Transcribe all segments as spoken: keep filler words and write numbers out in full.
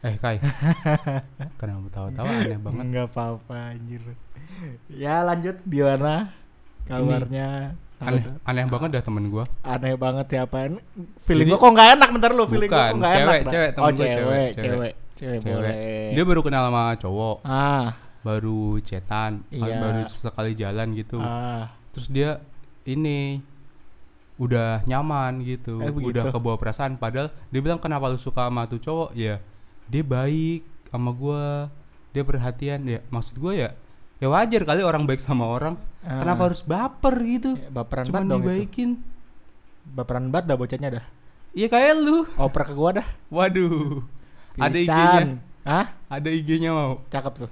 Eh Kai, kenapa tawa-tawa aneh banget? Enggak apa-apa anjir. Ya lanjut, gimana kabarnya? Aneh, Saudara? aneh banget dah temen gue. Aneh banget ya apaan? Feeling Jadi- gua kok nggak enak, bentar lu. Feeling gua Bukan, kok nggak cewek, enak. dah. cewek, temen oh gua cewek, cewek, cewek, cewek. cewek, Cewek. boleh. Dia baru kenal sama cowok, ah, baru chatan, Iya. baru sekali jalan gitu. ah, Terus dia ini udah nyaman gitu, Eh, begitu. udah kebawa perasaan. Padahal dia bilang kenapa lu suka sama tuh cowok? Ya dia baik sama gua, dia perhatian. Ya maksud gua ya, ya wajar kali orang baik sama orang. ah. Kenapa harus baper gitu? Ya, baperan Cuman banget dong itu. dibaikin. Baperan banget dah bocahnya dah. Iya kayak lu. Oper ke gua dah. Waduh. Ada I Pisan. G-nya. Hah? Ada I G-nya mau. Cakep tuh.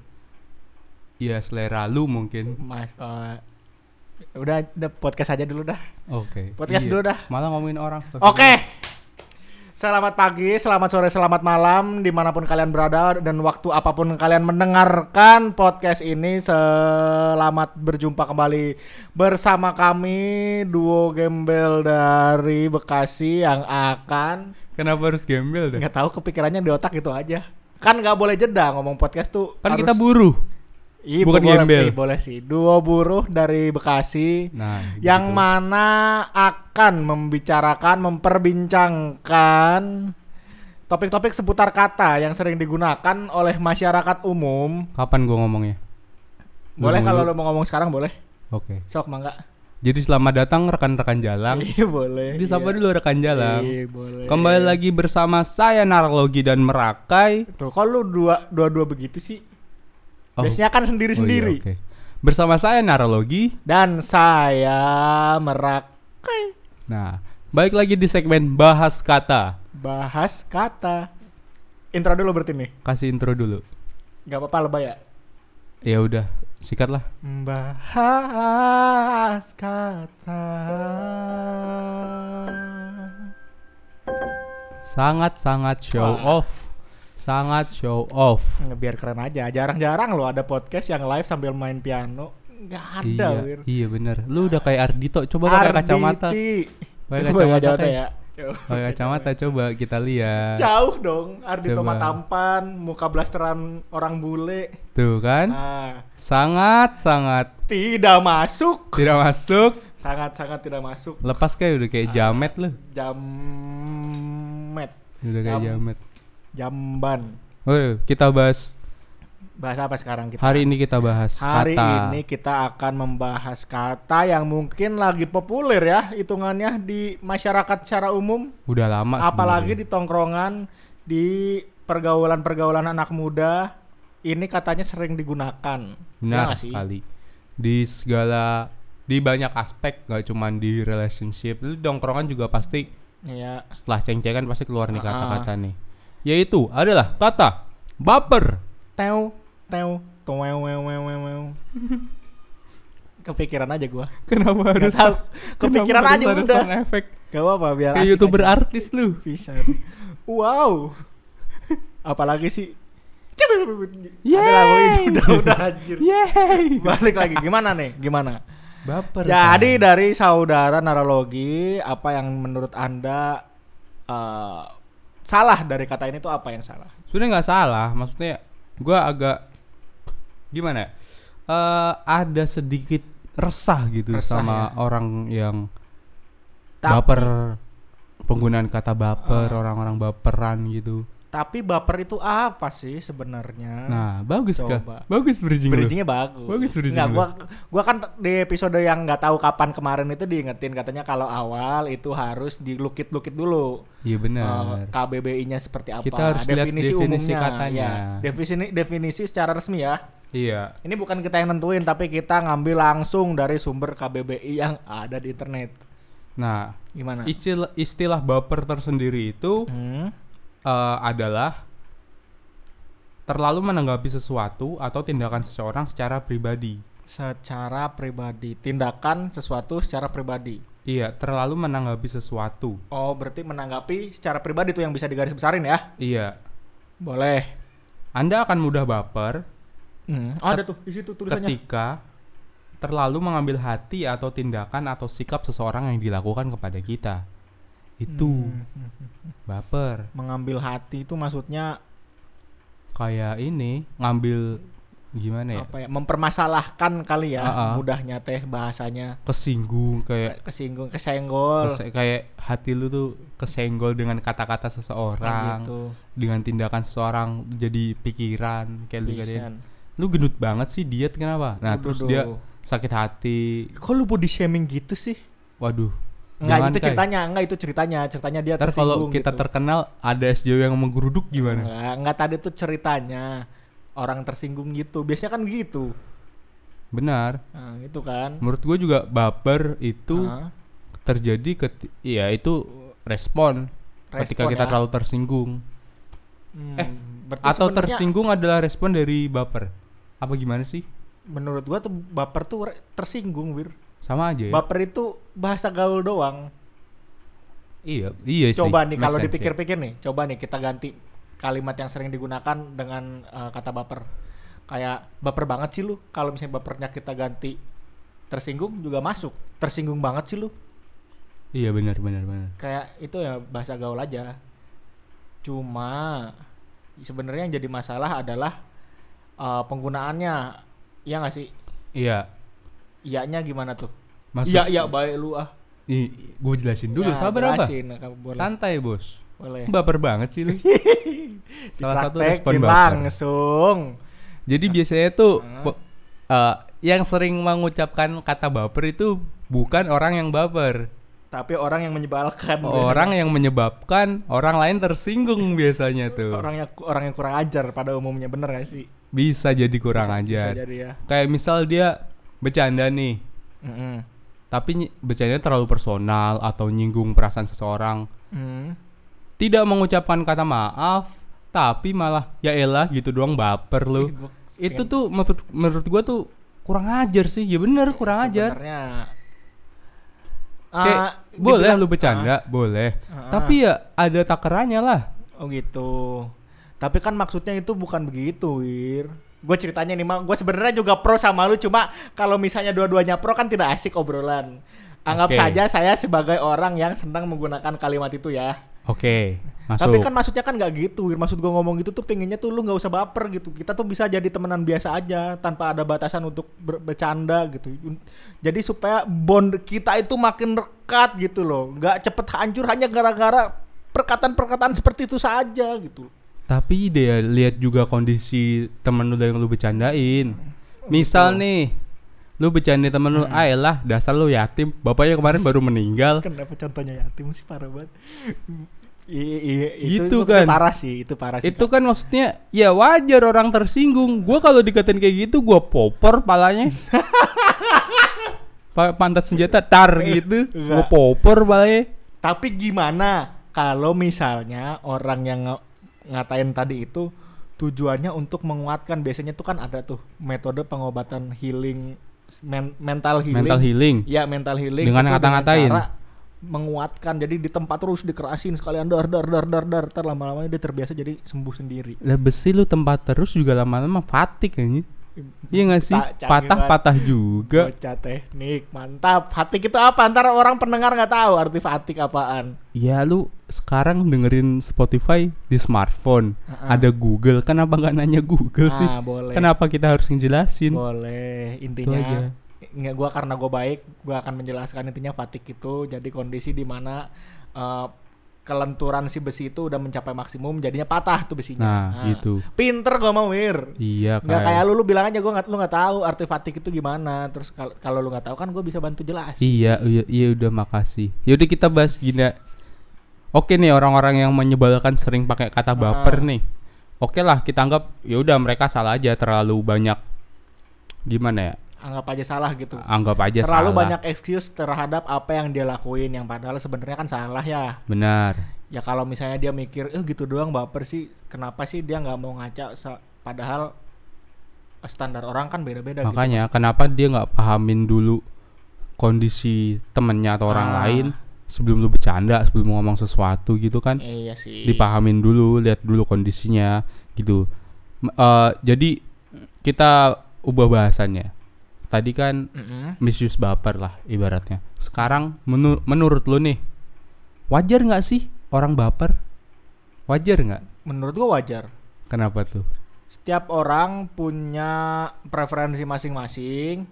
Ya selera lu mungkin. Mas, eh, udah, udah podcast aja dulu dah. Oke. Podcast Iya. dulu dah. Malah ngomongin orang. Oke. Selamat pagi, selamat sore, selamat malam, dimanapun kalian berada dan waktu apapun kalian mendengarkan podcast ini. Selamat berjumpa kembali bersama kami, duo gembel dari Bekasi yang akan Kenapa harus gembel dah? nggak tahu kepikirannya di otak itu aja. Kan nggak boleh jeda ngomong podcast tuh. Kan harus- kita buruh. Iya, bukan boleh, gembel. iya, boleh sih. Duo buruh dari Bekasi. Nah, Yang gitu. mana akan membicarakan, memperbincangkan topik-topik seputar kata yang sering digunakan oleh masyarakat umum. Kapan gua ngomongnya? Boleh Dulu. kalau lo mau ngomong sekarang boleh. Oke. Sok mangga. Jadi selamat datang rekan-rekan jalang. Iya boleh. Disapa iya. dulu rekan jalang. Iya boleh. Kembali lagi bersama saya Narlogi dan Merakai. Tuh, kok lu dua dua-dua begitu sih? Oh. Biasanya kan sendiri-sendiri. Oh iya, oke. Bersama saya Narlogi. Dan saya Merakai. Nah, balik lagi di segmen bahas kata. Bahas kata. Intro dulu berarti nih. Kasih intro dulu. Gak apa-apa lebay ya. Ya udah, sikat lah. Bahas kata. Sangat-sangat show Wah. off. Sangat show off. Biar keren aja. Jarang-jarang lo ada podcast yang live sambil main piano. Gak ada. Iya, Wir. iya bener. Lu udah kayak Ardito. Coba pakai kacamata. Arditi. Pakai Coba kacamata, kacamata Kai. ya. Coba. Pakai kacamata coba kita lihat. Jauh dong. Ardito Coba. mah tampan, muka blasteran orang bule. Tuh kan? Nah, Sangat-sangat tidak masuk. tidak masuk. Sangat-sangat tidak masuk. Lepas kayak udah kayak jamet lu. Jamet. Udah kayak Jam- jamet. Jamban. Oh, kita bahas Bahas apa sekarang kita? hari ini kita bahas Hari kata. ini kita akan membahas kata yang mungkin lagi populer ya hitungannya di masyarakat secara umum, Udah lama apalagi sebenarnya. di tongkrongan, di pergaulan-pergaulan anak muda. Ini katanya sering digunakan. Ya Benar nggak sih? sekali. Di segala di banyak aspek, gak cuma di relationship. Lu dongkrongan juga pasti Ya, setelah ceng-cengan pasti keluar nih Ah. kata-kata nih. Yaitu adalah kata baper. teu teu teu teu teu. Kepikiran aja gua. Kenapa Gak harus tahu. Kepikiran kenapa aja harus ada udah. sound effect? Gak apa-apa biar Kayak asik YouTuber aja. artis lu. Bisa. Wow. Apalagi sih. Yeay. Ada lagu itu udah udah anjir. Yeay. Balik lagi gimana nih? Gimana? Baper. Jadi kan? dari saudara Narologi, apa yang menurut Anda eh, salah dari kata ini tuh apa yang salah? Sebenarnya nggak salah, maksudnya gua agak gimana ya? Eh, ada sedikit resah gitu Resah, sama ya? orang yang Tapi- baper, penggunaan kata baper, Ah. orang-orang baperan gitu. Tapi baper itu apa sih sebenarnya? Nah, bagus kah? Coba. Bagus bridging lu. Bridgingnya bagus. Bagus bridging Nggak, lu. gua gua kan t- di episode yang nggak tahu kapan kemarin itu diingetin katanya kalau awal itu harus dilukit-lukit dulu. Iya Eh, benar. K B B I-nya seperti apa? Kita harus lihat definisi umumnya, katanya. ya. Definisi definisi secara resmi ya. Iya. Ini bukan kita yang nentuin tapi kita ngambil langsung dari sumber K B B I yang ada di internet. Nah, Gimana? istilah istilah baper tersendiri itu Hmm? eh, adalah terlalu menanggapi sesuatu atau tindakan seseorang secara pribadi. Secara pribadi, tindakan sesuatu secara pribadi. Iya, terlalu menanggapi sesuatu. Oh, berarti menanggapi secara pribadi itu yang bisa digaris besarin ya? Iya. Boleh. Anda akan mudah baper Hmm, ada tuh di situ tulisannya. ketika terlalu mengambil hati atau tindakan atau sikap seseorang yang dilakukan kepada kita. Itu Hmm. baper. Mengambil hati itu maksudnya kayak ini ngambil gimana ya? Apa ya? Mempermasalahkan kali ya, Uh-uh. mudahnya teh bahasanya. Kesinggung kayak Kesinggung, kesenggol. kese- kayak hati lu tuh kesenggol dengan kata-kata seseorang, gitu. dengan tindakan seseorang jadi pikiran kayak lu katain, Pisan. lu gendut banget sih diet kenapa? Nah Waduh, terus duh. dia sakit hati. Kok lu body shaming gitu sih? Waduh. Enggak, Jangan, itu Kai. ceritanya, enggak itu ceritanya, ceritanya dia Ntar kalau tersinggung kita gitu. terkenal ada S J W yang menggeruduk gimana? Enggak, enggak tadi tuh ceritanya orang tersinggung gitu. Biasanya kan gitu. Benar. Nah, itu kan. Menurut gue juga baper itu Heeh. terjadi keti- ya itu respon, ketika Respon kita ya. terlalu tersinggung. Hmm, eh, berarti Atau sebenarnya tersinggung adalah respon dari baper. Apa gimana sih? menurut gua tuh baper tuh re- tersinggung, Wir. Sama aja ya. Baper itu bahasa gaul doang. Iya, iya sih. Coba nih Make kalau sense, dipikir-pikir nih, coba nih kita ganti kalimat yang sering digunakan dengan eh, kata baper. Kayak baper banget sih lu. Kalau misalnya bapernya kita ganti tersinggung juga masuk. Tersinggung banget sih lu. ya. Iya benar benar benar. Kayak itu ya bahasa gaul aja. Cuma sebenarnya yang jadi masalah adalah eh, penggunaannya. Iya nggak sih? Iya. Iyanya gimana tuh? Masuk. Iya iya baik lu ah. Gue jelasin dulu. Ya, Sabar apa? jelasin, kamu boleh. Santai bos. Boleh. Baper banget sih lu. Salah satu respon Dipraktekin baper. langsung. Jadi biasanya tuh Hah? po- eh, yang sering mengucapkan kata baper itu bukan orang yang baper, Tapi orang yang menyebalkan. orang yang menyebabkan orang lain tersinggung biasanya tuh. orang yang orang yang kurang ajar pada umumnya, bener gak sih? Bisa jadi kurang Bisa- ajar. Bisa jadi ya. Kayak misal dia bercanda nih, Mm-mm. tapi ny- bercandanya terlalu personal atau nyinggung perasaan seseorang, Mm. tidak mengucapkan kata maaf, tapi malah ya elah gitu doang baper lu. Ih, gua Itu pengen- tuh menurut menurut gua tuh kurang ajar sih. Ya bener kurang ajar. Sebenarnya Kayak ah, boleh dibilang- lu bercanda, boleh. ah, ah. Tapi ya ada takarannya lah. Oh gitu. Tapi kan maksudnya itu bukan begitu, Wir. Gue ceritanya nih, gue sebenarnya juga pro sama lu, cuma kalau misalnya dua-duanya pro kan tidak asik obrolan. Anggap Oke. saja saya sebagai orang yang senang menggunakan kalimat itu ya. Oke, masuk. Tapi kan maksudnya kan nggak gitu, Wir. Maksud gue ngomong gitu tuh pengennya tuh lu nggak usah baper gitu. Kita tuh bisa jadi temenan biasa aja tanpa ada batasan untuk ber- bercanda gitu. Jadi supaya bond kita itu makin dekat gitu loh. Nggak cepet hancur hanya gara-gara perkataan-perkataan seperti itu saja gitu. Tapi dia lihat juga kondisi temen lu yang lu bercandain. Misal nih, lu bercanda temen lu, ah elah dasar lu yatim, bapaknya kemarin baru meninggal. Kenapa contohnya yatim sih, parah banget. Iya, iya, itu, Gitu itu kan. parah sih, itu parah sih. Itu kan maksudnya ya wajar orang tersinggung. Gua kalau dikatain kayak gitu gua popor palanya. Pa- pantat senjata tar gitu. Gua Enggak. popor palanya. Tapi gimana kalau misalnya orang yang ng- ngatain tadi itu tujuannya untuk menguatkan, biasanya tuh kan ada tuh metode pengobatan healing men- mental healing. Mental healing. Iya, mental healing. Dengan itu ngata-ngatain. cara menguatkan. Jadi di tempat terus dikerasin sekalian dar dar dar dar dar, ntar lama-lama dia terbiasa jadi sembuh sendiri. Lah besi lu tempat terus juga lama-lama fatik anjing. Iya gak sih? Tak, canggih Patah-patah juga. Bocah teknik, mantap. Fatik itu apa? Antara orang pendengar nggak tahu arti fatik apaan. Ya lu sekarang dengerin Spotify di smartphone. Uh-uh. Ada Google, kenapa gak nanya Google sih? Ah, boleh. Kenapa kita harus ngejelasin? Boleh. Itu aja. Intinya nggak, gua karena gue baik, gua akan menjelaskan intinya fatik itu jadi kondisi di mana eh, kelenturan si besi itu udah mencapai maksimum, jadinya patah tuh besinya. Nah, gitu. Pinter gua mau, Wir. Iya Nggak kayak. kayak lu, lu bilang aja gua nggak, lu nggak tahu arti fatik itu gimana. Terus kal- kalau lu nggak tahu kan gua bisa bantu jelas. Iya, iya, iya udah makasih. Yaudah kita bahas gini. Oke nih orang-orang yang menyebalkan sering pakai kata baper Ah. nih. Oke lah kita anggap ya udah mereka salah aja, terlalu banyak gimana ya? Anggap aja salah gitu. Anggap aja Terlalu salah. banyak excuse terhadap apa yang dia lakuin, yang padahal sebenarnya kan salah ya. Benar. Ya kalau misalnya dia mikir, eh gitu doang baper sih, kenapa sih dia nggak mau ngaca? Sa- padahal standar orang kan beda-beda. Makanya kenapa dia nggak pahamin dulu kondisi temennya atau orang Ah. lain sebelum lu bercanda, sebelum ngomong sesuatu gitu kan? gitu. Iya sih. Dipahamin dulu, lihat dulu kondisinya gitu. M- eh, jadi kita ubah bahasannya. Tadi kan Mm-mm. misuse baper lah ibaratnya. Sekarang menur- menurut lu nih, wajar nggak sih orang baper? Wajar nggak? Menurut gua wajar. Kenapa tuh? setiap orang punya preferensi masing-masing.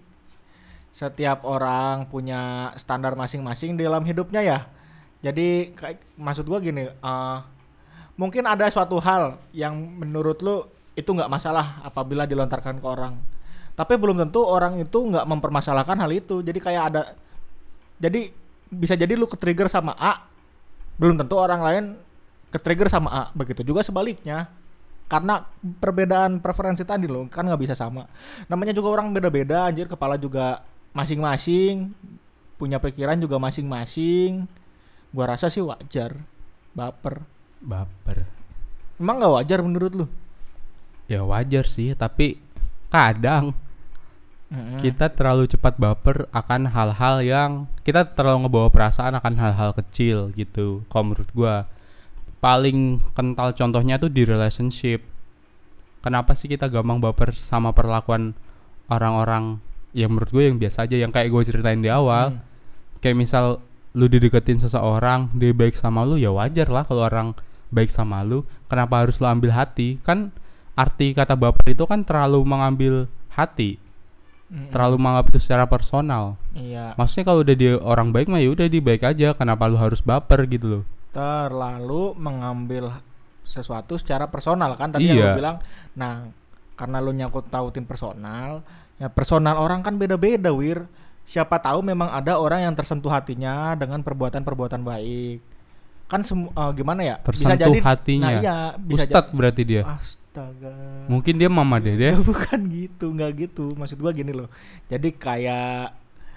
Setiap orang punya standar masing-masing di dalam hidupnya ya. Jadi kayak maksud gua gini, uh, mungkin ada suatu hal yang menurut lu itu nggak masalah apabila dilontarkan ke orang. Tapi belum tentu orang itu nggak mempermasalahkan hal itu. Jadi kayak ada, jadi bisa jadi lu ke-trigger sama A, belum tentu orang lain ke-trigger sama A. Begitu juga sebaliknya. Karena perbedaan preferensi tadi lo kan nggak bisa sama. Namanya juga orang beda-beda, anjir, kepala juga masing-masing, punya pikiran juga masing-masing. Gua rasa sih wajar baper. Baper. Emang nggak wajar menurut lu? Ya wajar sih, tapi kadang Mm-hmm. kita terlalu cepat baper akan hal-hal yang kita terlalu ngebawa perasaan akan hal-hal kecil gitu. Kalau menurut gua paling kental contohnya tuh di relationship. Kenapa sih kita gampang baper sama perlakuan orang-orang yang menurut gue yang biasa aja, yang kayak gue ceritain di awal. Hmm. Kayak misal lu dideketin seseorang, dia baik sama lu, ya wajar lah kalau orang baik sama lu. Kenapa harus lu ambil hati? Kan arti kata baper itu kan terlalu mengambil hati. Mm-mm. Terlalu menganggap itu secara personal. Iya. Maksudnya kalau udah dia orang baik mah ya udah dia baik aja. Kenapa lu harus baper gitu loh? Terlalu mengambil sesuatu secara personal kan tadi Iya. yang lu bilang. Nah, karena lu nyangkut tautin personal, ya personal orang kan beda-beda, Wir. Siapa tahu memang ada orang yang tersentuh hatinya dengan perbuatan-perbuatan baik. Kan semu- uh, gimana ya? Tersentuh bisa jadi, hatinya. Nah, iya, bisa Ustadz jadi- berarti dia. Astaga. Mungkin dia mama dede. Bukan gitu, nggak gitu. Maksud gua gini loh. Jadi kayak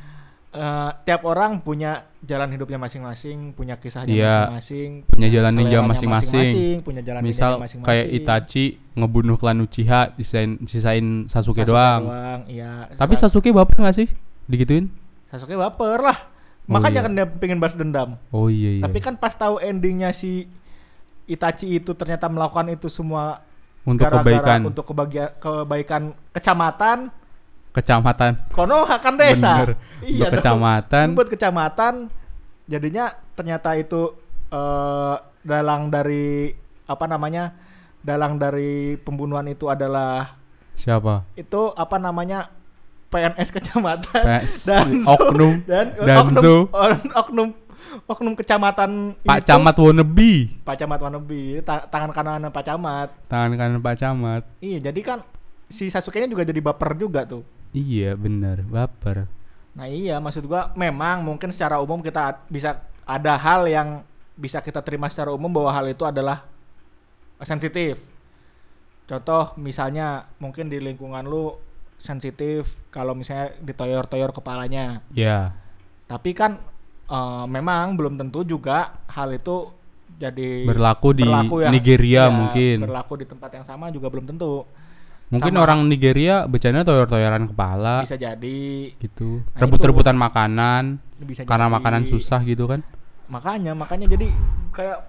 uh, tiap orang punya jalan hidupnya masing-masing, punya kisahnya Iya, masing-masing, punya jalan ninja seleranya masing-masing. punya jalan Misal ninjanya masing-masing. kayak Itachi ngebunuh klan Uchiha, sisain, sisain Sasuke, Sasuke doang. doang, iya. Tapi Sa- Sasuke baper gak sih? Digituin? Sasuke baper lah. Oh, Makanya iya. kan dia pengen balas dendam. Oh iya iya. Tapi kan pas tahu endingnya si Itachi itu ternyata melakukan itu semua Untuk gara-gara kebaikan untuk kebahagiaan kebaikan kecamatan. kecamatan. Konoha kan desa. Bener. Iya Untuk dong. kecamatan. Buat kecamatan. Jadinya ternyata itu eh, dalang dari apa namanya? Dalang dari pembunuhan itu adalah Siapa? itu apa namanya? P N S kecamatan P N S, dan oknum, dan Danzo. oknum, oknum oknum kecamatan Pak itu, Camat wannabe. Pak Camat wannabe, ta- tangan kanan Pak Camat. Tangan kanan Pak Camat. Iya, jadi kan si Sasuke-nya juga jadi baper juga tuh. Iya bener, baper. Nah iya, maksud gua memang mungkin secara umum kita bisa ada hal yang bisa kita terima secara umum bahwa hal itu adalah sensitif. Contoh misalnya mungkin di lingkungan lu sensitif kalau misalnya ditoyor-toyor kepalanya. Ya. Tapi kan uh, memang belum tentu juga hal itu jadi Berlaku di berlaku ya. Nigeria Ya, mungkin. berlaku di tempat yang sama juga belum tentu. Mungkin Sama. orang Nigeria bercanda toyor-toyoran kepala Bisa jadi gitu. Nah, Rebut-rebutan makanan bisa karena jadi. makanan susah gitu kan. Makanya makanya jadi kayak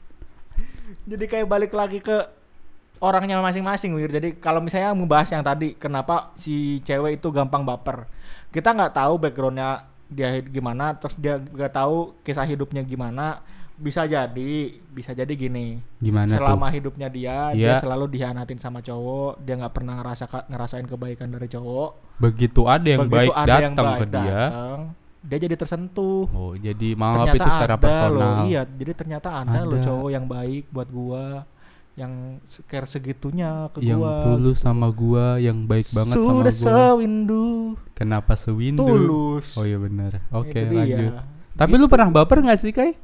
jadi kayak balik lagi ke orangnya masing-masing, Wir. Jadi kalau misalnya membahas yang tadi kenapa si cewek itu gampang baper, kita nggak tahu backgroundnya dia gimana, terus dia nggak tahu kisah hidupnya gimana. Bisa jadi bisa jadi gini, Gimana selama tuh? hidupnya dia Iya. dia selalu dihianatin sama cowok, dia nggak pernah ngerasa ngerasain kebaikan dari cowok. Begitu ada yang Begitu baik ada yang datang baik ke dia. datang, dia jadi tersentuh. Oh, jadi menganggap itu secara ada personal. loh, iya, jadi ternyata ada, loh Ada. cowok yang baik buat gua, yang care segitunya ke Yang gua. tulus sama gua, yang baik banget sama Sudah gua. sewindu, Kenapa sewindu? tulus. Oh iya benar. Oke, Itu dia. lanjut. Tapi lu pernah baper gak sih, Kai?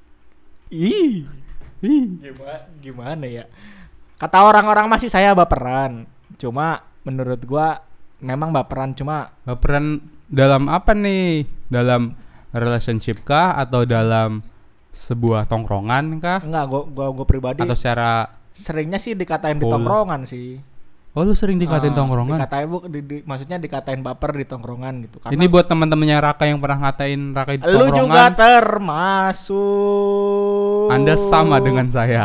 Ih, Ih. gimana, gimana ya? Kata orang-orang masih saya baperan. Cuma menurut gua memang baperan, cuma Baperan dalam apa nih? Dalam relationship kah atau dalam sebuah tongkrongan kah? enggak, gua gua, gua pribadi Atau secara seringnya sih dikatain di Oh. tongkrongan sih. Oh, lu sering dikatain Ah, tongkrongan? Dikatain bu, di, di- maksudnya dikatain baper di tongkrongan gitu. Karena Ini buat teman-temannya Raka yang pernah ngatain Raka di lu juga tongkrongan. termasuk. Anda sama dengan saya.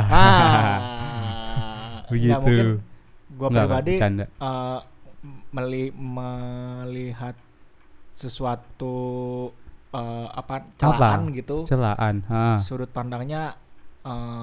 Ah, Begitu. nggak mungkin. Gua Nggak, pribadi bercanda. eh, meli- melihat sesuatu eh, apa celaan gitu. Celaan. Ha. Sudut pandangnya eh,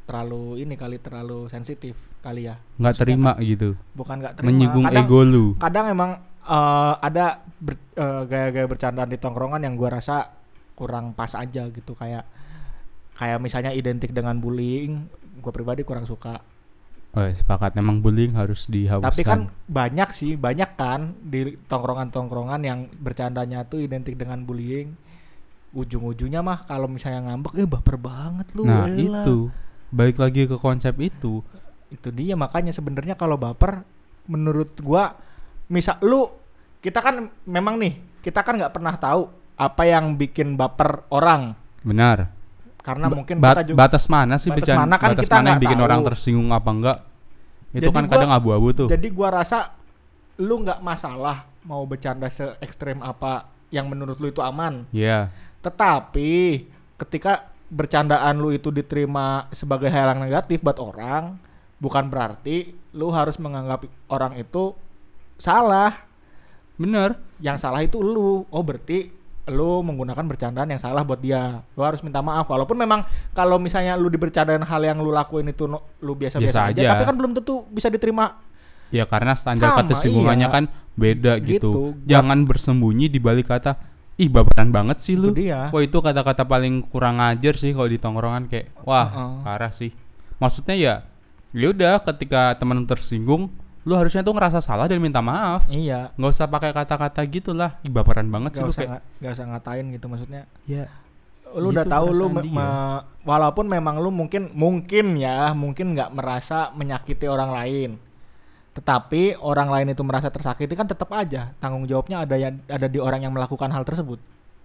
terlalu ini kali terlalu sensitif kali ya. Nggak Maksudnya terima kan, gitu. bukan nggak terima. Menyinggung kadang, ego lu. Kadang emang uh, ada ber, uh, gaya-gaya bercandaan di tongkrongan yang gua rasa kurang pas aja gitu, kayak kayak misalnya identik dengan bullying. Gua pribadi kurang suka. Oh, sepakat. Memang bullying harus dihapuskan. Tapi kan banyak sih, banyak kan di tongkrongan-tongkrongan yang bercandanya tuh identik dengan bullying. Ujung-ujungnya mah kalau misalnya ngambek, eh baper banget lu. Nah, elah. itu. Balik lagi ke konsep itu. Itu dia, makanya sebenarnya kalau baper menurut gua, misal lu, kita kan memang nih, kita kan nggak pernah tahu apa yang bikin baper orang. Benar. Karena Ba- mungkin ba- kita juga batas mana sih batas becan- mana kan batas kita mana yang nggak bikin tahu. orang tersinggung apa enggak? Itu Jadi kan gua- kadang abu-abu tuh. Jadi gua rasa lu nggak masalah mau bercanda se ekstrem apa yang menurut lu itu aman. Iya. Tetapi ketika bercandaan lu itu diterima sebagai hal yang negatif buat orang, bukan berarti lu harus menganggap orang itu salah. Bener. Yang salah itu lu. Oh, berarti lu menggunakan bercandaan yang salah buat dia. Lu harus minta maaf. Walaupun memang kalau misalnya lu dibercandain hal yang lu lakuin itu no, lu biasa-biasa Biasa aja, aja. tapi kan belum tentu bisa diterima. Ya karena standar Sama, ketersinggungannya iya. kan beda gitu. Gitu. Jangan bersembunyi di balik kata, ih baperan banget sih lu. Itu dia. Wah, itu kata-kata paling kurang ajar sih kalau di tongkrongan, kayak wah, Uh-uh. parah sih. Maksudnya ya, ya udah ketika teman tersinggung, lu harusnya tuh ngerasa salah dan minta maaf. Iya. Nggak usah pakai kata-kata gitulah. Ih baperan banget sih Gak lu usah, kayak. nga- gak usah ngatain gitu maksudnya. Ya, Lu udah Gitu tahu lu perasaan me- dia. me- walaupun memang lu mungkin mungkin ya mungkin nggak merasa menyakiti orang lain, tetapi orang lain itu merasa tersakiti kan tetap aja tanggung jawabnya ada yang ada di orang yang melakukan hal tersebut.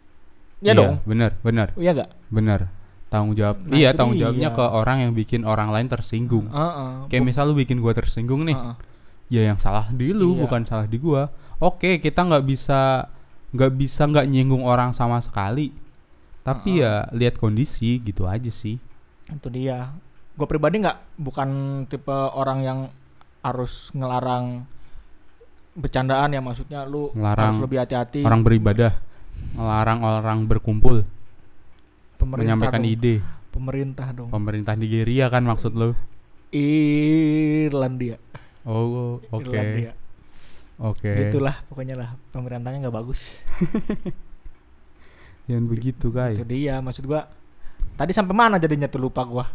Ya iya, dong. bener, bener, Iya gak? bener. Tanggung jawab. Nah, iya, itu tanggung dia. jawabnya ke orang yang bikin orang lain tersinggung. Heeh. Kayak misal lu bikin gua tersinggung nih. Heeh. Ya yang salah di lu, Iya. bukan salah di gua. Oke, kita nggak bisa nggak bisa nggak nyinggung orang sama sekali. Tapi Uh-uh. ya lihat kondisi gitu aja sih. Itu dia. Gue pribadi nggak bukan tipe orang yang harus ngelarang bercandaan ya, maksudnya lu Ngelarang harus lebih hati-hati. Orang beribadah, melarang orang berkumpul, Pemerintah menyampaikan dong. ide. Pemerintah dong. Pemerintah Nigeria kan maksud lu? Irlandia. Oh, oke. Irlandia. Oke. Itulah pokoknya lah, pemerintahnya nggak bagus. Jangan begitu, Kai. Itu dia, maksud gua. Tadi sampai mana jadinya tuh, lupa gua.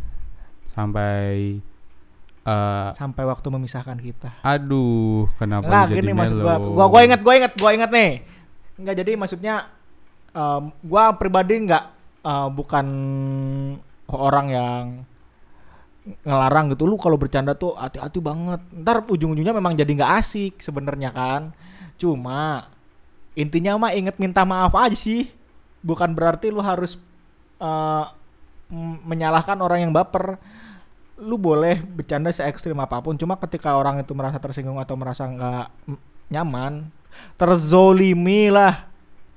Sampai eh Sampai waktu memisahkan kita. aduh, kenapa Enggak, jadi gini maksud gua. melo? Gua gua inget, gua inget, gua inget nih. Enggak, jadi maksudnya em, gua pribadi nggak eh, bukan orang yang ngelarang gitu. Lu kalau bercanda tuh hati-hati banget. Ntar ujung-ujungnya memang jadi nggak asik sebenarnya kan. Cuma intinya mah inget minta maaf aja sih. Bukan berarti lu harus uh, m- menyalahkan orang yang baper. Lu boleh bercanda se ekstrim apapun, cuma ketika orang itu merasa tersinggung atau merasa nggak m- nyaman, terzolimi lah,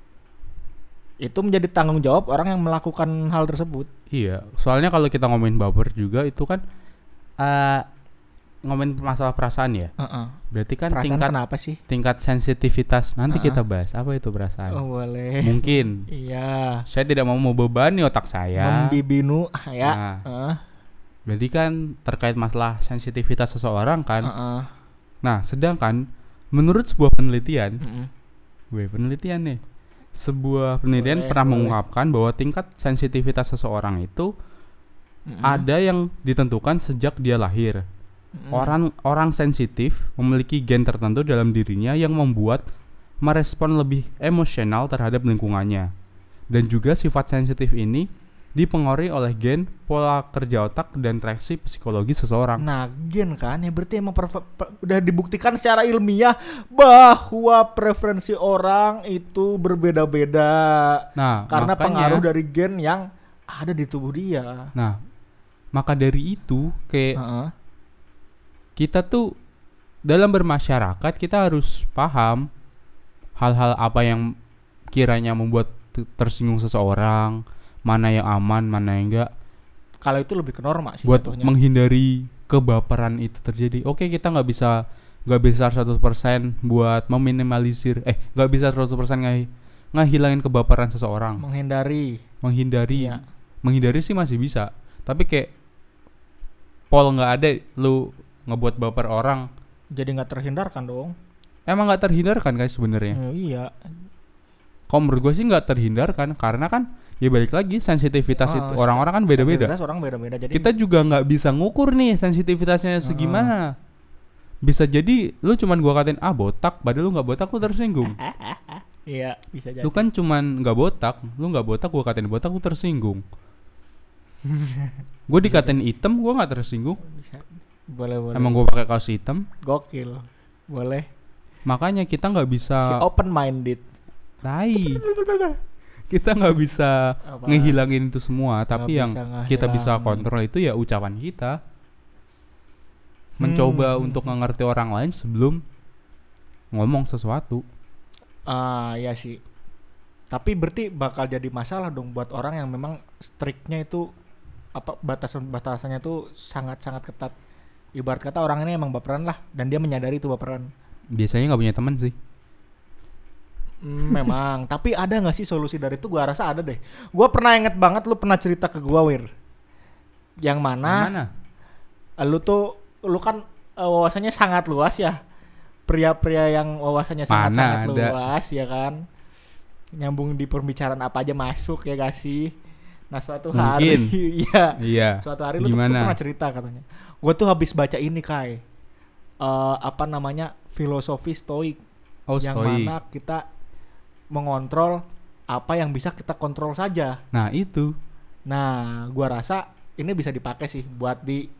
itu menjadi tanggung jawab orang yang melakukan hal tersebut. Iya, soalnya kalau kita ngomongin baper juga itu kan eh ngomongin masalah perasaan ya. Uh-uh. Berarti kan Perasaan tingkat kenapa sih? tingkat sensitivitas nanti Uh-uh. kita bahas apa itu perasaan. Oh boleh. Mungkin Iya. saya tidak mau membebani otak saya. Membibinu ya. Nah, Uh, berarti kan terkait masalah sensitivitas seseorang kan. uh-uh. Nah, sedangkan menurut sebuah penelitian, Mm-mm. gue penelitian nih, sebuah penelitian Boleh, pernah boleh. mengungkapkan bahwa tingkat sensitivitas seseorang itu Mm-mm. ada yang ditentukan sejak dia lahir. Mm-mm. Orang orang sensitif memiliki gen tertentu dalam dirinya yang membuat merespon lebih emosional terhadap lingkungannya. Dan juga sifat sensitif ini dipengaruhi oleh gen, pola kerja otak, dan reaksi psikologi seseorang. Nah, gen kan ya berarti emang perfe- per- udah dibuktikan secara ilmiah bahwa preferensi orang itu berbeda-beda Nah, karena makanya, pengaruh dari gen yang ada di tubuh dia. Nah, maka dari itu kayak Heeh. kita tuh dalam bermasyarakat kita harus paham hal-hal apa yang kiranya membuat t- tersinggung seseorang, mana yang aman, mana yang enggak, Kalau itu lebih ke norma sih buat jatuhnya. menghindari kebaperan itu terjadi. Oke, kita nggak bisa nggak bisa seratus persen buat meminimalisir eh nggak bisa seratus persen nggak ngehilangin kebaperan seseorang. Menghindari. Menghindari Iya. menghindari sih masih bisa, tapi kayak pol nggak ada, lu ngebuat baper orang. Jadi nggak terhindarkan dong. Emang nggak terhindarkan guys sebenarnya. Ya, iya. Kalau menurut gue sih nggak terhindarkan karena kan ya balik lagi sensitivitas Ah, itu orang-orang kan beda-beda. Sensitivitas orang beda-beda. Jadi Kita juga nggak bisa ngukur nih sensitivitasnya segimana. Bisa jadi lu cuman gua katain ah botak, padahal lu nggak botak lu tersinggung. iya bisa jadi. Lu kan cuman nggak botak, lu nggak botak gua katain botak lu tersinggung. Gua dikatain hitam gua nggak tersinggung. Bisa. Boleh boleh. Emang gua pakai kaos hitam. Gokil. Boleh. Makanya kita nggak Si bisa open minded. tai. Kita nggak bisa Apa? ngehilangin itu semua, tapi Nggak yang bisa kita bisa ngehilangin. kontrol itu ya ucapan kita. Mencoba Hmm. untuk mengerti orang lain sebelum ngomong sesuatu. Ah ya sih. Tapi berarti bakal jadi masalah dong buat orang yang memang striknya itu apa batasan-batasannya tuh sangat-sangat ketat. Ibarat kata orang ini emang baperan lah dan dia menyadari itu baperan. Biasanya nggak punya teman sih. Hmm, memang. Tapi ada nggak sih solusi dari itu? Gua rasa ada deh. Gua pernah inget banget lu pernah cerita ke gua Wir. Yang mana? Mana? Lu tuh lu kan uh, wawasannya sangat luas ya. Pria-pria yang wawasannya sangat-sangat Mana ada. luas ya kan. Nyambung di pembicaraan apa aja masuk ya gak sih? Nah suatu hari Mungkin. iya. Iya. Suatu hari lu tuh, tuh Gimana? pernah cerita katanya. Gua tuh habis baca ini Kai. Eh apa namanya? Filosofi stoik. Oh, Yang stoik. mana kita mengontrol apa yang bisa kita kontrol saja. Nah, itu. Nah, gua rasa ini bisa dipakai sih buat di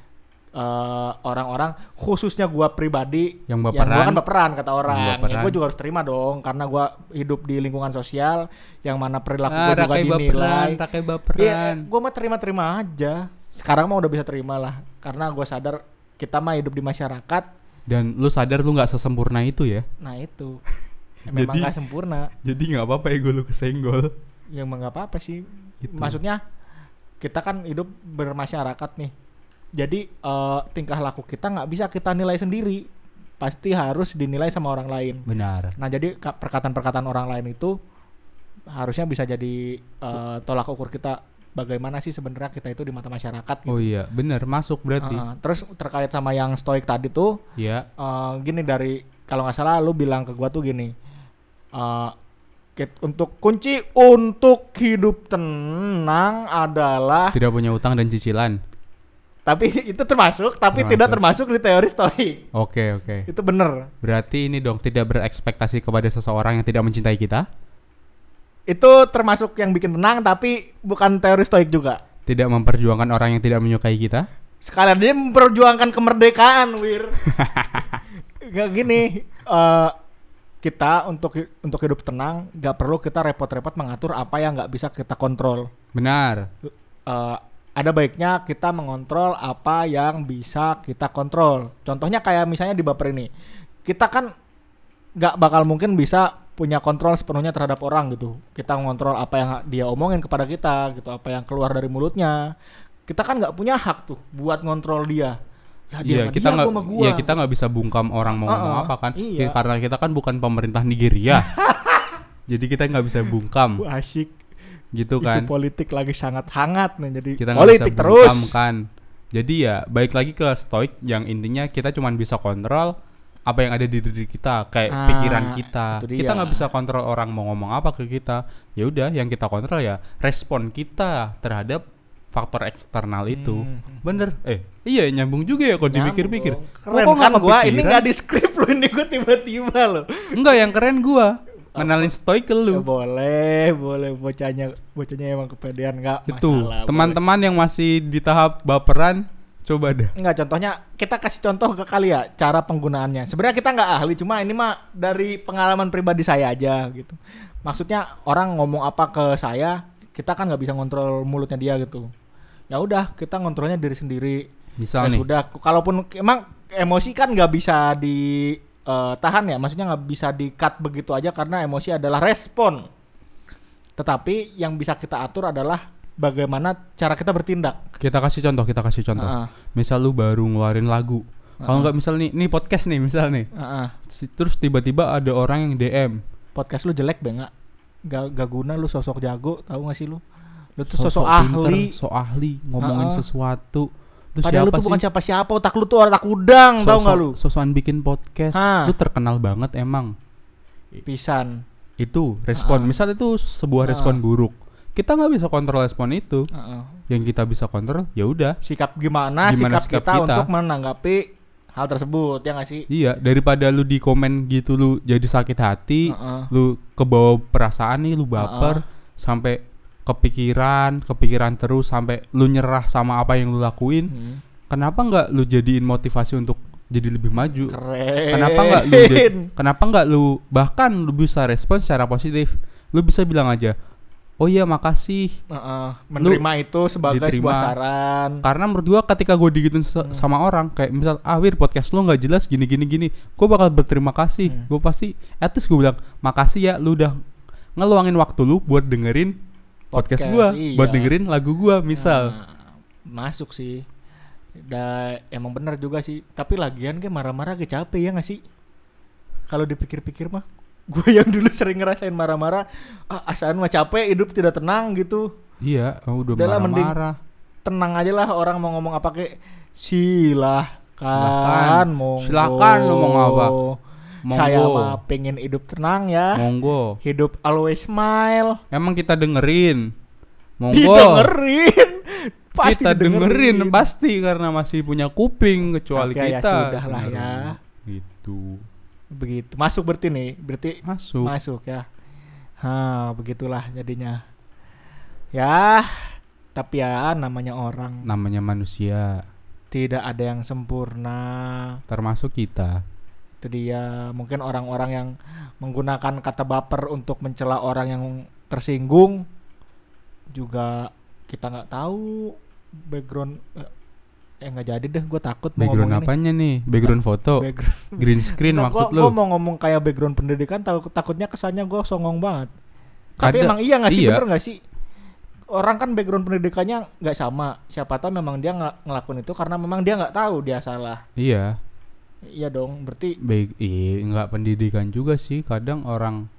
uh, orang-orang khususnya gua pribadi Yang yang baperan. gua kan baperan kata orang. Yang Ya baperan. gua juga harus terima dong karena gua hidup di lingkungan sosial yang mana perilaku Ah, gua juga rakai dinilai. baperan, rakai Iya, baperan. gua mah terima-terima aja. Sekarang mah udah bisa terima lah karena gua sadar kita mah hidup di masyarakat. Dan lu sadar lu nggak sesempurna itu ya. Nah, itu. Memang Jadi- gak sempurna. Jadi nggak apa-apa ya gue lu kesenggol. Ya emang nggak apa-apa sih. Gitu. Maksudnya kita kan hidup bermasyarakat nih. Jadi eh, tingkah laku kita nggak bisa kita nilai sendiri. Pasti harus dinilai sama orang lain. Benar. Nah jadi ka- perkataan-perkataan orang lain itu harusnya bisa jadi eh, tolak ukur kita bagaimana sih sebenarnya kita itu di mata masyarakat. Gitu. Oh iya, benar masuk berarti. Eh, terus terkait sama yang stoik tadi tuh, Iya. eh, gini dari kalau nggak salah lu bilang ke gua tuh gini. Uh, kit- untuk kunci untuk hidup tenang adalah Tidak punya utang dan cicilan. tapi itu termasuk tapi Termasuk. tidak termasuk di teori stoik. Oke, oke. Itu bener. Berarti ini dong tidak berekspektasi kepada seseorang yang tidak mencintai kita. Itu termasuk yang bikin tenang tapi bukan teori stoik juga. Tidak memperjuangkan orang yang tidak menyukai kita. Sekalian dia memperjuangkan kemerdekaan, Wir. Gak gini, uh, kita untuk hi- untuk hidup tenang gak perlu kita repot-repot mengatur apa yang gak bisa kita kontrol. Benar. Uh, ada baiknya kita mengontrol apa yang bisa kita kontrol. Contohnya kayak misalnya di baper ini, kita kan nggak bakal mungkin bisa punya kontrol sepenuhnya terhadap orang gitu. Kita mengontrol apa yang dia omongin kepada kita gitu, apa yang keluar dari mulutnya. Kita kan nggak punya hak tuh buat ngontrol dia. Lah dia Iya, sama kita dia, nggak gua sama gua. iya, kita nggak bisa bungkam orang mau ngomong Uh-uh, apa kan. iya. Ya, karena kita kan bukan pemerintah Nigeria. Jadi kita nggak bisa bungkam Wah, asik. gitu Isu kan. politik lagi sangat hangat nih, jadi Kita nggak politik bisa terus. bungkam kan. Jadi ya baik lagi ke stoik yang intinya kita cuman bisa kontrol apa yang ada di diri kita, kayak Ah, pikiran kita. itu dia. Kita nggak bisa kontrol orang mau ngomong apa ke kita. Ya udah, yang kita kontrol ya respon kita terhadap faktor eksternal itu. Hmm. Bener. Eh, iya nyambung juga ya kalau Nyambung dipikir-pikir. dong. Gua Keren kok kan nggak gua ini kepikiran? nggak di skrip lu ini gua tiba-tiba loh. Enggak, yang keren gua ngenalin stoik ke Ya, lu. boleh, boleh bocahnya, bocahnya emang kepedean nggak Itu masalah. teman-teman yang masih di tahap baperan, coba dah. boleh. Nggak, contohnya kita kasih contoh ke kali ya cara penggunaannya. Sebenarnya kita nggak ahli, cuma ini mah dari pengalaman pribadi saya aja gitu. Maksudnya orang ngomong apa ke saya, kita kan nggak bisa ngontrol mulutnya dia gitu. Ya udah, kita ngontrolnya diri sendiri. Misal Ya nih, sudah, kalaupun emang emosi kan nggak bisa di eh, tahan ya, maksudnya nggak bisa di cut begitu aja karena emosi adalah respon. Tetapi yang bisa kita atur adalah bagaimana cara kita bertindak. kita kasih contoh, kita kasih contoh. Heeh, Misal lu baru ngeluarin lagu. Kalau Heeh. nggak misal nih, nih podcast nih misal nih. heeh. Si- Terus tiba-tiba ada orang yang D M. Podcast lu jelek be nggak? Gak, gak guna lu sosok jago, tahu nggak sih lu? Lu tuh So- sosok sok pinter, ahli. sok ahli ngomongin Heeh. sesuatu. Lu Padahal lu siapa tuh sih? bukan siapa-siapa, otak lu tuh otak udang, tahu nggak lu? Sosokan bikin podcast, Hah. lu terkenal banget emang. Pisan. Itu respon, Uh-uh. misal itu sebuah respon Uh-uh. buruk, kita nggak bisa kontrol respon itu. Uh-uh. Yang kita bisa kontrol ya udah. Sikap gimana, Gimana sikap, sikap kita, kita. untuk menanggapi hal tersebut, ya nggak sih? Iya, daripada lu di komen gitu lu jadi sakit hati, Uh-uh. lu kebawa perasaan nih, lu baper sampai kepikiran, kepikiran terus sampai lu nyerah sama apa yang lu lakuin. Hmm. Kenapa nggak lu jadiin motivasi untuk jadi lebih maju? Keren. Kenapa nggak lu jad- kenapa nggak lu bahkan lu bisa respon secara positif? Lu bisa bilang aja, "Oh iya, makasih." Uh-uh. Menerima itu sebagai diterima. sebuah saran. Karena menurut gua ketika gua digituin se- Hmm. sama orang kayak misal, "Ah, Wir, podcast lu nggak jelas gini gini gini." Gua bakal berterima kasih. Hmm. Gua pasti at least gua bilang, "Makasih ya lu udah ngeluangin waktu lu buat dengerin podcast, Podcast, gua, iya. buat dengerin lagu gua." Misal. Nah, masuk sih. Da, emang bener juga sih. Tapi lagian kayak marah-marah kayak capek ya nggak sih? Kalau dipikir-pikir mah, gue yang dulu sering ngerasain marah-marah, ah, asaan mah capek, hidup tidak tenang gitu. Iya, oh, udah Udah lah, mending marah-marah. Tenang aja lah, orang mau ngomong apa kayak silahkan, Silakan. monggo. Silakan lu mau apa. Saya Monggo. mah pengen hidup tenang ya. Monggo. Hidup always smile. Emang kita dengerin. Monggo. Didengerin. Pasti Kita dengerin didengerin. pasti karena masih punya kuping kecuali Tapi ya kita. sudah lah ya. Gitu. Begitu. Masuk berarti nih, berarti Masuk. masuk ya. Ha, begitulah jadinya. Ya, tapi ya namanya orang, Namanya manusia, tidak ada yang sempurna. termasuk kita. Itu dia, mungkin orang-orang yang menggunakan kata baper untuk mencela orang yang tersinggung juga kita nggak tahu background. Eh nggak jadi deh, gue takut mau Background ngomong ini. apanya nih? Background foto, Background. green screen Nggak, maksud gua, lu? gua mau ngomong kayak background pendidikan, takut takutnya kesannya gue songong banget. Tapi Kada- emang iya nggak sih, iya. bener nggak sih? Orang kan background pendidikannya nggak sama. Siapa tahu memang dia ngel- ngelakuin itu karena memang dia nggak tahu dia salah. Iya. Iya dong, berarti Baik, iya, nggak pendidikan juga sih. Kadang orang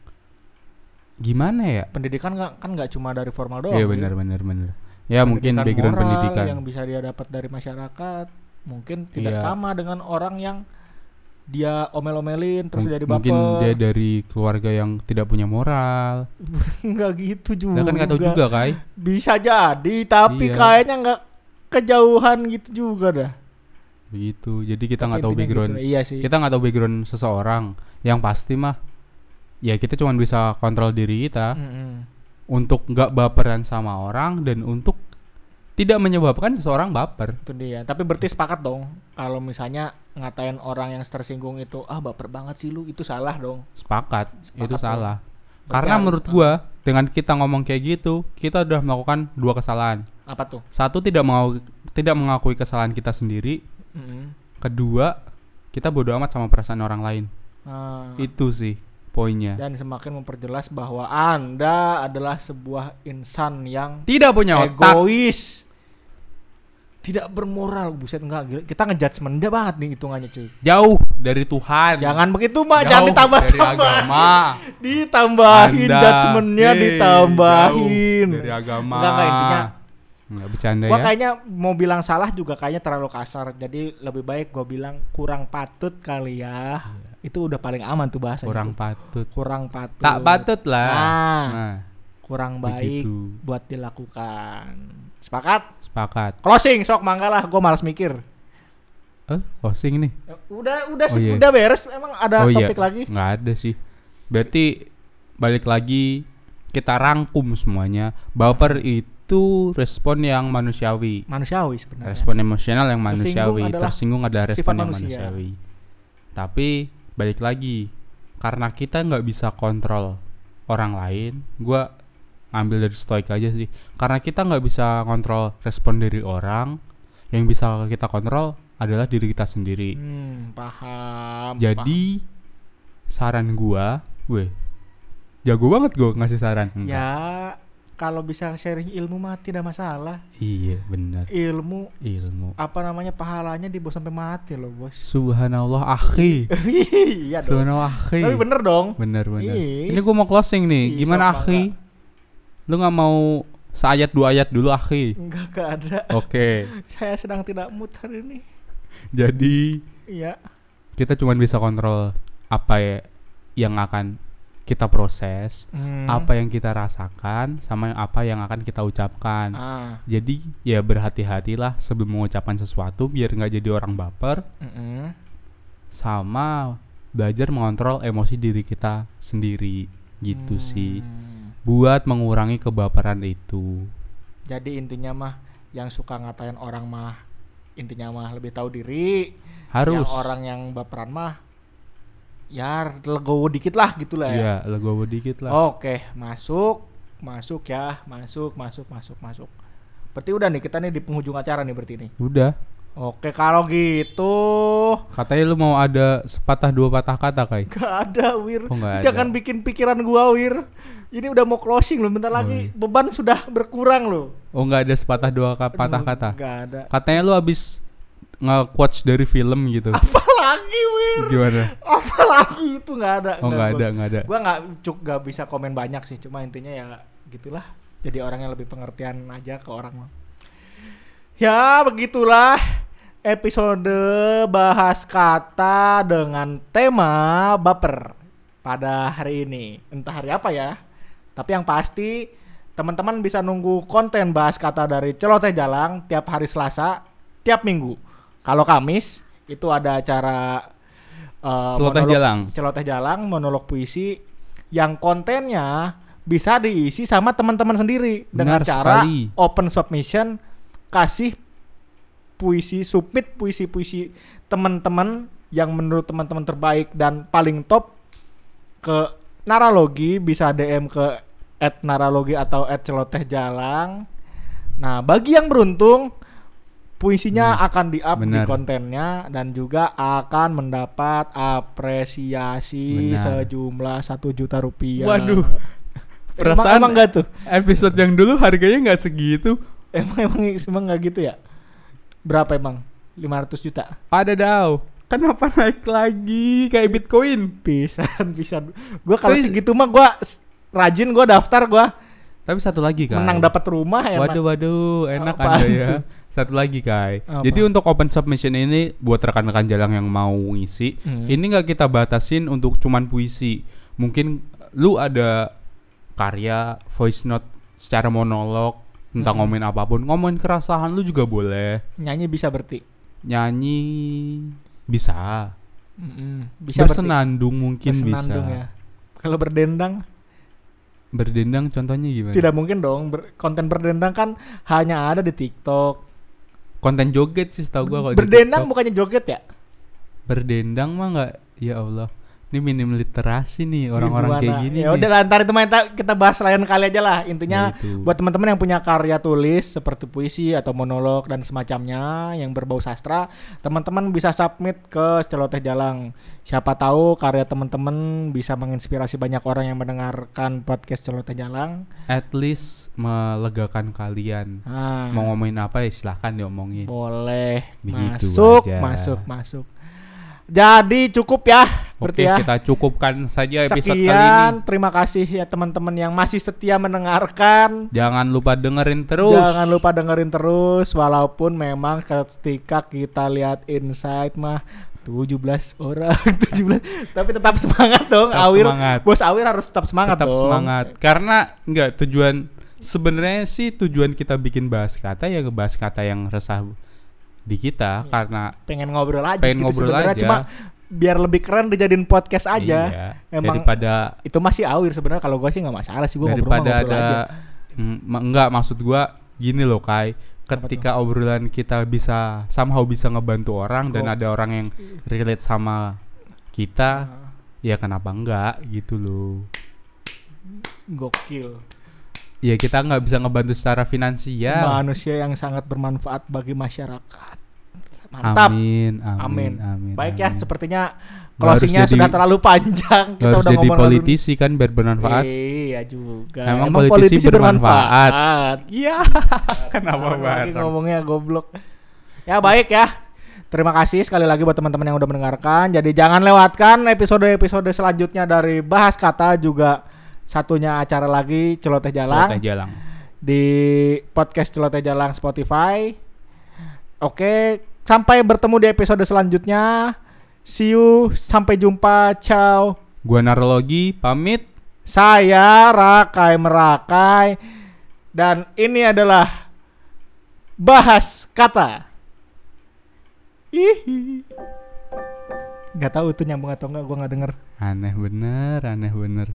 gimana ya? pendidikan nggak kan nggak cuma dari formal doang. Iya ya. benar benar benar. Ya mungkin Pendidikan background moral pendidikan. yang bisa dia dapat dari masyarakat mungkin tidak Iya. sama dengan orang yang dia omel-omelin terus Mung- jadi baper. mungkin dia dari keluarga yang tidak punya moral. Nggak gitu juga. Kita kan nggak tahu juga, Kai. Bisa jadi, tapi Iya. kayaknya nggak kejauhan gitu juga dah. Begitu. Jadi kita Tapi nggak tahu intinya background. gitu. Iya sih. Kita nggak tahu background seseorang. Yang pasti mah, ya kita cuma bisa kontrol diri kita Mm-mm. untuk nggak baperan sama orang dan untuk tidak menyebabkan seseorang baper. Itu dia. Tapi berarti sepakat dong kalau misalnya ngatain orang yang tersinggung itu, ah baper banget sih lu, itu salah dong. Sepakat, Sepakat itu dong. salah. Berarti Karena harus- menurut gua dengan kita ngomong kayak gitu, kita udah melakukan dua kesalahan. Apa tuh? Satu, tidak mau tidak mengakui kesalahan kita sendiri. Mm-mm. Kedua, kita bodo amat sama perasaan orang lain. Ah, Itu sih poinnya. dan semakin memperjelas bahwa Anda adalah sebuah insan yang Tidak punya otak. egois, tidak bermoral. Buset, enggak gila. Kita ngejudgement dia banget nih hitungannya cuy. Jauh dari Tuhan. Jangan begitu Mbak, Jauh jangan ditambah-tambah. dari agama. Ditambahin Anda, judgementnya, eh, ditambahin. jauh dari agama. Enggak, enggak, intinya Enggak bercanda gua ya. kayaknya mau bilang salah juga kayaknya terlalu kasar. Jadi lebih baik gua bilang kurang patut kali ya. Itu udah paling aman tuh bahasanya. Kurang tuh. patut. kurang patut. Tak patut lah. Nah, Nah, kurang baik begitu. buat dilakukan. Sepakat? Sepakat. Closing sok mangga lah, gua malas mikir. Eh, closing nih. Udah udah Oh, sih, iya. udah beres. Emang ada Oh topik iya, lagi? nggak ada sih. Berarti balik lagi kita rangkum semuanya. Baper itu respon yang manusiawi. Manusiawi sebenarnya. Respon emosional yang Tersinggung manusiawi. adalah Tersinggung adalah respon sifat yang manusia. manusiawi. Tapi balik lagi, karena kita nggak bisa kontrol orang lain, gua ambil dari stoik aja sih. Karena kita nggak bisa kontrol respon dari orang, yang bisa kita kontrol adalah diri kita sendiri. Hmm, paham. Jadi saran gua, weh, jago banget gua ngasih saran. paham. Enggak. Ya kalau bisa sharing ilmu mah tidak masalah. Iya benar. Ilmu Ilmu. apa namanya pahalanya di bos sampai mati loh bos. Subhanallah akhi. Iya dong. Subhanallah akhi. Tapi bener dong. Bener bener. Ih, Ini gua mau closing nih. si Gimana sok akhi? Lu nggak mau seayat dua ayat dulu akhi. Enggak, enggak ada. Oke. Saya sedang tidak mood hari ini. Jadi Iya. kita cuma bisa kontrol apa ya yang akan kita proses, Hmm. apa yang kita rasakan, sama apa yang akan kita ucapkan. Ah. Jadi ya berhati-hatilah sebelum mengucapkan sesuatu biar nggak jadi orang baper, Mm-mm. sama belajar mengontrol emosi diri kita sendiri gitu sih, Hmm. buat mengurangi kebaperan itu. Jadi intinya mah yang suka ngatain orang mah intinya mah lebih tahu diri. Harus. Yang orang yang baperan mah ya legowo dikit lah gitu lah ya. Iya, legowo dikit lah. Oke, masuk, masuk ya, masuk, masuk, masuk, masuk. Berarti udah nih kita nih di penghujung acara nih berarti nih. Udah. Oke, kalau gitu Katanya lu mau ada sepatah dua patah kata, Kai. gak ada, Wir. Oh, nggak ada. Jangan bikin pikiran gua, Wir. Ini udah mau closing loh, bentar lagi iya. beban sudah berkurang loh. Oh, nggak ada sepatah dua ka- patah Aduh, kata. Gak ada. Katanya lu habis nge-quotes dari film gitu. Apalagi, Wir. Gimana? Apalagi itu nggak ada. Oh, nggak ada, nggak ada. Gua nggak cuk nggak bisa komen banyak sih, cuma intinya ya gitulah. Jadi orang yang lebih pengertian aja ke orang mah. Ya begitulah episode bahas kata dengan tema baper pada hari ini. Entah hari apa ya. Tapi yang pasti teman-teman bisa nunggu konten bahas kata dari Celoteh Jalang tiap hari Selasa, tiap minggu. Kalau Kamis itu ada acara uh, Celoteh monolog- Jalang. Celoteh Jalang, monolog puisi yang kontennya bisa diisi sama teman-teman sendiri dengan Benar cara sekali. open submission, kasih puisi, submit puisi-puisi teman-teman yang menurut teman-teman terbaik dan paling top ke Naralogi, bisa D M ke et naralogi atau et celoteh jalang. Nah, bagi yang beruntung puisinya Hmm, akan di-up di benar. kontennya dan juga akan mendapat apresiasi Benar. sejumlah satu juta rupiah. Waduh. Emang, Perasaan emang gak tuh? episode yang dulu harganya nggak segitu. Emang emang emang gak gitu ya? Berapa emang? lima ratus juta? Ada daw. Kenapa naik lagi kayak Bitcoin? Pisan, pisan. Gua kalau Tapi- segitu mah gua s- rajin, gua daftar, gua Tapi satu lagi, Kai. menang dapat rumah enak. Waduh, waduh, enak Apaan Anda ya. tuh? Satu lagi, Kai. Apa? Jadi untuk open submission ini buat rekan-rekan jalang yang mau ngisi, Hmm. ini nggak kita batasin untuk cuman puisi. Mungkin lu ada karya voice note secara monolog tentang Hmm. ngomongin apapun, ngomongin keresahan lu juga boleh. Nyanyi bisa berarti. Nyanyi bisa. Mm-mm. Bisa berarti. Bersenandung mungkin Bersenandung bisa. ya. Kalau berdendang Berdendang contohnya gimana? tidak mungkin dong. Ber- konten berdendang kan hanya ada di TikTok. Konten joget sih setahu gua kalau di Berdendang TikTok. bukannya joget ya? Berdendang mah nggak, ya Allah. Ini minim literasi nih orang-orang kayak Gimana? gini. Ya nih. udah lah, ntar itu mah kita- kita bahas lain kali aja lah. Intinya Ya itu. buat teman-teman yang punya karya tulis seperti puisi atau monolog dan semacamnya yang berbau sastra, teman-teman bisa submit ke Celoteh Jalang. Siapa tahu karya teman-teman bisa menginspirasi banyak orang yang mendengarkan podcast Celoteh Jalang. At least melegakan kalian. Nah, Mau ngomongin apa ya silahkan diomongin. boleh Begitu masuk, aja. masuk, masuk. Jadi cukup ya, berarti Oke, ya. kita cukupkan saja episode kali Sekian, ini. terima kasih ya teman-teman yang masih setia mendengarkan. Jangan lupa dengerin terus. Jangan lupa dengerin terus, walaupun memang ketika kita lihat insight mah tujuh belas orang, tujuh belas. Tapi tetap semangat dong, Tetap Awir. semangat. Bos Awir harus tetap semangat Tetap dong. semangat. Karena enggak tujuan sebenarnya sih tujuan kita bikin bahas kata ya ngebahas kata yang resah di kita Iya. karena Pengen ngobrol aja pengen gitu ngobrol sebenarnya, aja. cuma biar lebih keren dijadiin podcast aja. Iya, Emang daripada itu masih Awir sebenarnya, kalau gua sih nggak masalah sih, gua ngobrol daripada ngobrol ada aja. mm, ma- enggak maksud gua gini loh Kai, ketika obrolan kita bisa somehow bisa ngebantu orang dan Kok- ada orang yang relate sama kita, Nah, ya kenapa enggak gitu loh. gokil. Ya kita nggak bisa ngebantu secara finansial. Manusia yang sangat bermanfaat bagi masyarakat. Mantap. Amin, amin, Amin. amin. Baik ya, amin. sepertinya Nggak harus closingnya jadi- sudah terlalu panjang. Nggak harus jadi ngomong lalu- politisi kan biar bermanfaat. Iya juga. Emang politisi bermanfaat. Iya. Kenapa Lagi bareng? ngomongnya goblok. Ya baik ya. Terima kasih sekali lagi buat teman-teman yang udah mendengarkan. Jadi jangan lewatkan episode-episode selanjutnya dari Bahas Kata, juga satunya acara lagi Celoteh Jalang. Celoteh Jalang. di podcast Celoteh Jalang Spotify. Oke, sampai bertemu di episode selanjutnya. See you, sampai jumpa, ciao. Gua Narologi pamit. Saya Rakai Merakai. Dan ini adalah Bahas Kata. Hihi. Gak tahu itu nyambung atau enggak, gua nggak denger. Aneh bener, aneh bener.